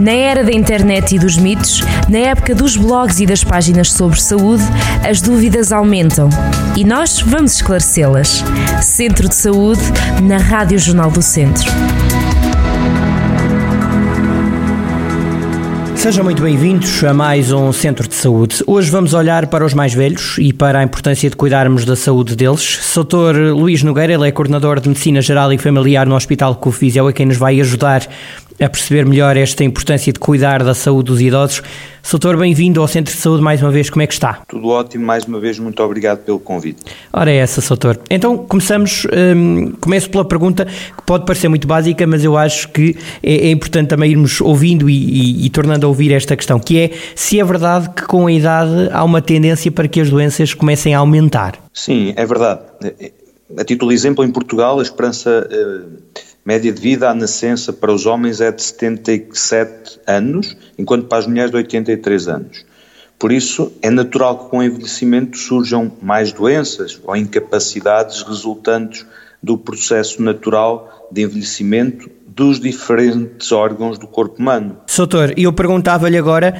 Na era da internet e dos mitos, na época dos blogs e das páginas sobre saúde, as dúvidas aumentam e nós vamos esclarecê-las. Centro de Saúde, na Rádio Jornal do Centro. Sejam muito bem-vindos a mais um Centro de Saúde. Hoje vamos olhar para os mais velhos e para a importância de cuidarmos da saúde deles. Sr. Luís Nogueira, ele é coordenador de Medicina Geral e Familiar no Hospital Cofísio, é quem nos vai ajudar a perceber melhor esta importância de cuidar da saúde dos idosos. Doutor, bem-vindo ao Centro de Saúde mais uma vez, como é que está? Tudo ótimo, mais uma vez, muito obrigado pelo convite. Ora é essa, doutor. Então começo pela pergunta que pode parecer muito básica, mas eu acho que é importante também irmos ouvindo e tornando a ouvir esta questão, que é se é verdade que com a idade há uma tendência para que as doenças comecem a aumentar. Sim, é verdade. A título de exemplo, em Portugal, a esperança média de vida à nascença para os homens é de 77 anos, enquanto para as mulheres de 83 anos. Por isso, é natural que com o envelhecimento surjam mais doenças ou incapacidades resultantes do processo natural de envelhecimento dos diferentes órgãos do corpo humano. Doutor, eu perguntava-lhe agora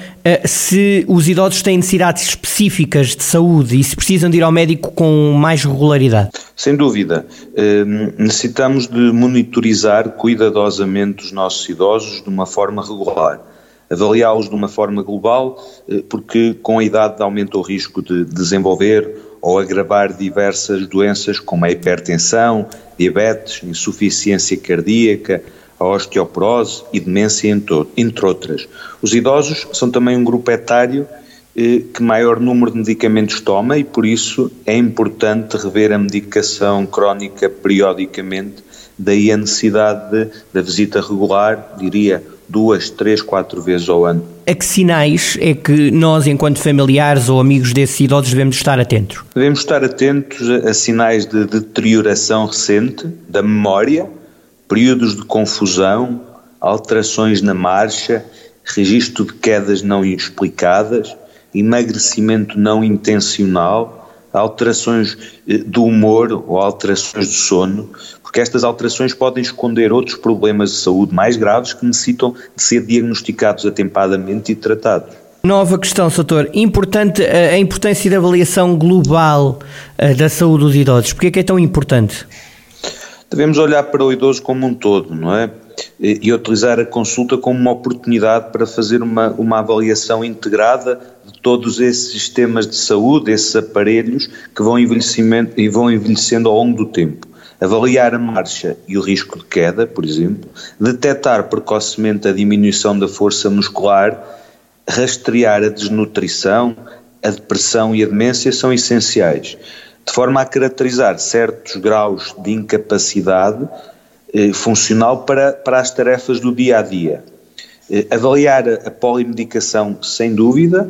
se os idosos têm necessidades específicas de saúde e se precisam de ir ao médico com mais regularidade. Sem dúvida. Necessitamos de monitorizar cuidadosamente os nossos idosos de uma forma regular, avaliá-los de uma forma global, porque com a idade aumenta o risco de desenvolver ou agravar diversas doenças como a hipertensão, diabetes, insuficiência cardíaca, a osteoporose e demência, entre outras. Os idosos são também um grupo etário que maior número de medicamentos toma e por isso é importante rever a medicação crónica periodicamente, daí a necessidade da visita regular, diria 2, 3, 4 vezes ao ano. A que sinais é que nós, enquanto familiares ou amigos desses idosos, devemos estar atentos? Devemos estar atentos a sinais de deterioração recente da memória, períodos de confusão, alterações na marcha, registro de quedas não explicadas, emagrecimento não intencional, alterações do humor ou alterações do sono, porque estas alterações podem esconder outros problemas de saúde mais graves que necessitam de ser diagnosticados atempadamente e tratados. Nova questão, doutor. Importante a importância da avaliação global da saúde dos idosos. Porquê é que é tão importante? Devemos olhar para o idoso como um todo, não é? E utilizar a consulta como uma oportunidade para fazer uma avaliação integrada de todos esses sistemas de saúde, esses aparelhos que vão envelhecendo ao longo do tempo. Avaliar a marcha e o risco de queda, por exemplo, detectar precocemente a diminuição da força muscular, rastrear a desnutrição, a depressão e a demência são essenciais, de forma a caracterizar certos graus de incapacidade funcional para as tarefas do dia-a-dia. Avaliar a polimedicação sem dúvida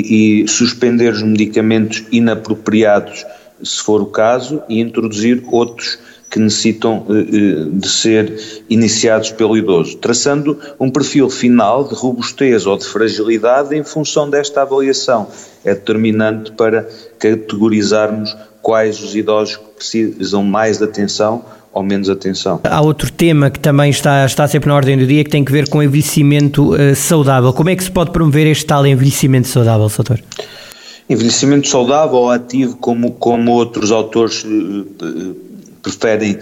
e suspender os medicamentos inapropriados, se for o caso, e introduzir outros que necessitam de ser iniciados pelo idoso, traçando um perfil final de robustez ou de fragilidade em função desta avaliação. É determinante para categorizarmos quais os idosos que precisam mais de atenção ou menos atenção. Há outro tema que também está sempre na ordem do dia, que tem que ver com o envelhecimento saudável. Como é que se pode promover este tal envelhecimento saudável, doutor? Envelhecimento saudável ou ativo, como outros autores preferem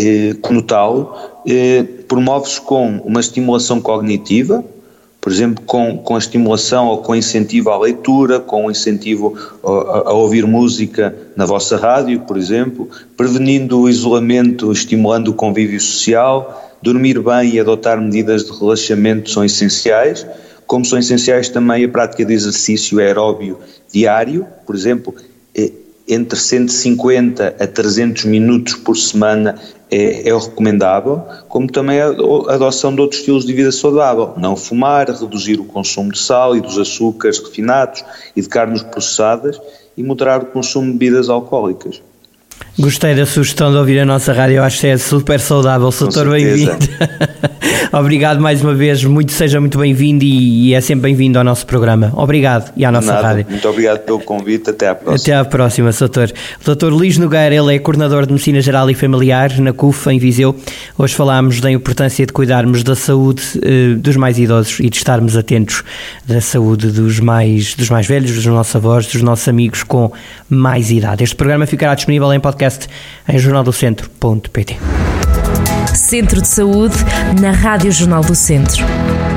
conotá-lo, promove-se com uma estimulação cognitiva, por exemplo, com a estimulação ou com incentivo à leitura, com incentivo a ouvir música na vossa rádio, por exemplo, prevenindo o isolamento, estimulando o convívio social, dormir bem e adotar medidas de relaxamento são essenciais, como são essenciais também a prática de exercício aeróbio diário, por exemplo, entre 150 a 300 minutos por semana é o recomendável, como também a adoção de outros estilos de vida saudável, não fumar, reduzir o consumo de sal e dos açúcares refinados e de carnes processadas e moderar o consumo de bebidas alcoólicas. Gostei da sugestão de ouvir a nossa rádio, eu acho que é super saudável, doutor, bem-vindo. Obrigado mais uma vez, seja muito bem-vindo e é sempre bem-vindo ao nosso programa. Obrigado e à nossa rádio. Muito obrigado pelo convite, até à próxima. Até à próxima, Dr. O Dr. Luís Nogueira, ele é coordenador de Medicina Geral e Familiar na CUF, em Viseu. Hoje falámos da importância de cuidarmos da saúde dos mais idosos e de estarmos atentos da saúde dos mais velhos, dos nossos avós, dos nossos amigos com mais idade. Este programa ficará disponível em podcast em jornaldocentro.pt. Centro de Saúde na Rádio Jornal do Centro.